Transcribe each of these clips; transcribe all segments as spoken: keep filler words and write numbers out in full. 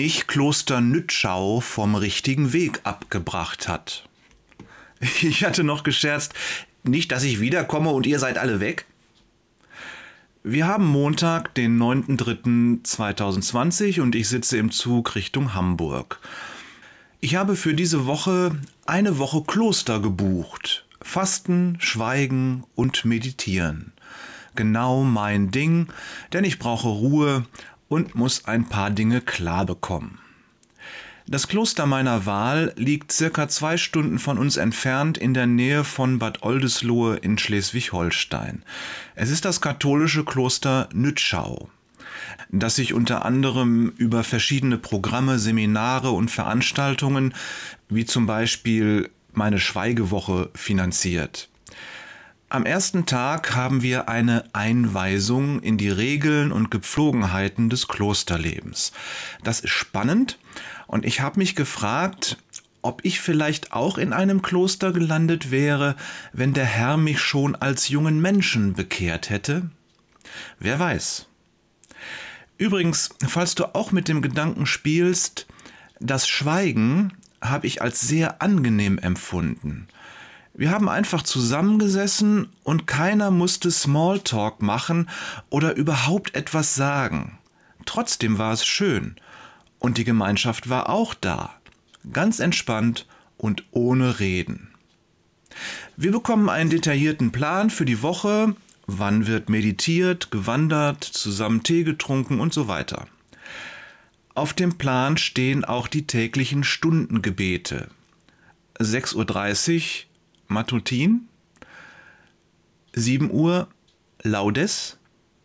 mich Kloster Nütschau vom richtigen Weg abgebracht hat. Ich hatte noch gescherzt, nicht, dass ich wiederkomme und ihr seid alle weg. Wir haben Montag, den neunten dritten zweitausendzwanzig und ich sitze im Zug Richtung Hamburg. Ich habe für diese Woche eine Woche Kloster gebucht. Fasten, Schweigen und Meditieren. Genau mein Ding, denn ich brauche Ruhe und muss ein paar Dinge klar bekommen. Das Kloster meiner Wahl liegt circa zwei Stunden von uns entfernt in der Nähe von Bad Oldesloe in Schleswig-Holstein. Es ist das katholische Kloster Nütschau, das sich unter anderem über verschiedene Programme, Seminare und Veranstaltungen, wie zum Beispiel meine Schweigewoche, finanziert. Am ersten Tag haben wir eine Einweisung in die Regeln und Gepflogenheiten des Klosterlebens. Das ist spannend und ich habe mich gefragt, ob ich vielleicht auch in einem Kloster gelandet wäre, wenn der Herr mich schon als jungen Menschen bekehrt hätte. Wer weiß. Übrigens, falls du auch mit dem Gedanken spielst, das Schweigen habe ich als sehr angenehm empfunden. Wir haben einfach zusammengesessen und keiner musste Smalltalk machen oder überhaupt etwas sagen. Trotzdem war es schön und die Gemeinschaft war auch da, ganz entspannt und ohne Reden. Wir bekommen einen detaillierten Plan für die Woche, wann wird meditiert, gewandert, zusammen Tee getrunken und so weiter. Auf dem Plan stehen auch die täglichen Stundengebete. sechs Uhr dreißig Matutin, sieben Uhr Laudes,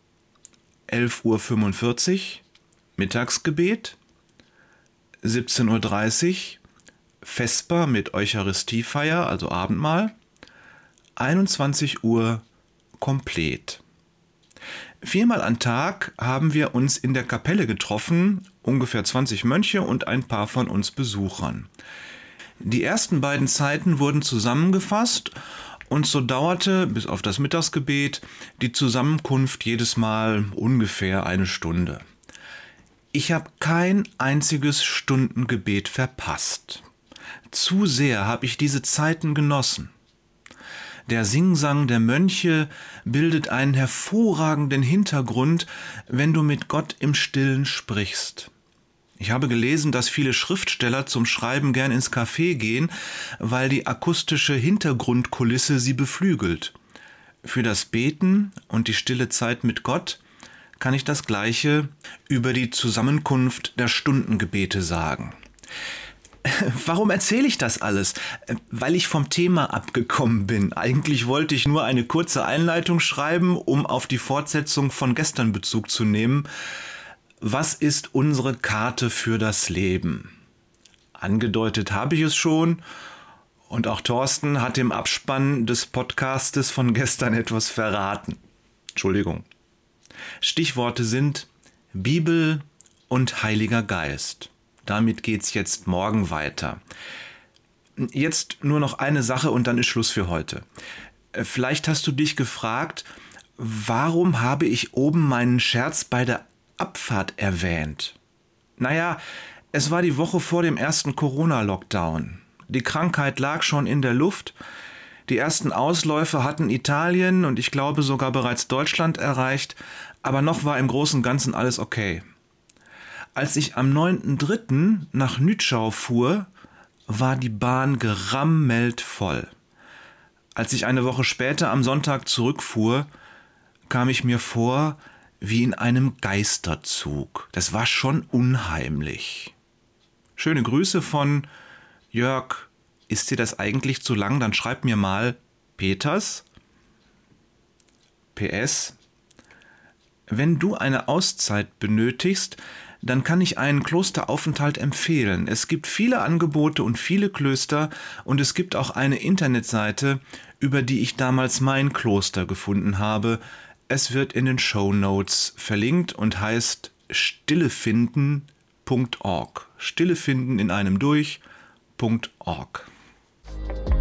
elf Uhr fünfundvierzig Mittagsgebet, siebzehn Uhr dreißig Vesper mit Eucharistiefeier, also Abendmahl, einundzwanzig Uhr Komplett. Viermal am Tag haben wir uns in der Kapelle getroffen, ungefähr zwanzig Mönche und ein paar von uns Besuchern. Die ersten beiden Zeiten wurden zusammengefasst und so dauerte, bis auf das Mittagsgebet, die Zusammenkunft jedes Mal ungefähr eine Stunde. Ich habe kein einziges Stundengebet verpasst. Zu sehr habe ich diese Zeiten genossen. Der Singsang der Mönche bildet einen hervorragenden Hintergrund, wenn du mit Gott im Stillen sprichst. Ich habe gelesen, dass viele Schriftsteller zum Schreiben gern ins Café gehen, weil die akustische Hintergrundkulisse sie beflügelt. Für das Beten und die stille Zeit mit Gott kann ich das Gleiche über die Zusammenkunft der Stundengebete sagen. Warum erzähle ich das alles? Weil ich vom Thema abgekommen bin. Eigentlich wollte ich nur eine kurze Einleitung schreiben, um auf die Fortsetzung von gestern Bezug zu nehmen. Was ist unsere Karte für das Leben? Angedeutet habe ich es schon und auch Thorsten hat im Abspann des Podcastes von gestern etwas verraten. Entschuldigung. Stichworte sind Bibel und Heiliger Geist. Damit geht's jetzt morgen weiter. Jetzt nur noch eine Sache und dann ist Schluss für heute. Vielleicht hast du dich gefragt, warum habe ich oben meinen Scherz bei der Abfahrt erwähnt? Naja, es war die Woche vor dem ersten Corona-Lockdown. Die Krankheit lag schon in der Luft. Die ersten Ausläufe hatten Italien und ich glaube sogar bereits Deutschland erreicht, aber noch war im Großen und Ganzen alles okay. Als ich am neunten dritten nach Nütschau fuhr, war die Bahn gerammelt voll. Als ich eine Woche später am Sonntag zurückfuhr, kam ich mir vor wie in einem Geisterzug. Das war schon unheimlich. Schöne Grüße von Jörg. Ist dir das eigentlich zu lang? Dann schreib mir mal Peters. P S. Wenn du eine Auszeit benötigst, dann kann ich einen Klosteraufenthalt empfehlen. Es gibt viele Angebote und viele Klöster und es gibt auch eine Internetseite, über die ich damals mein Kloster gefunden habe. Es wird in den Shownotes verlinkt und heißt stillefinden punkt org. Stillefinden in einem durch punkt org.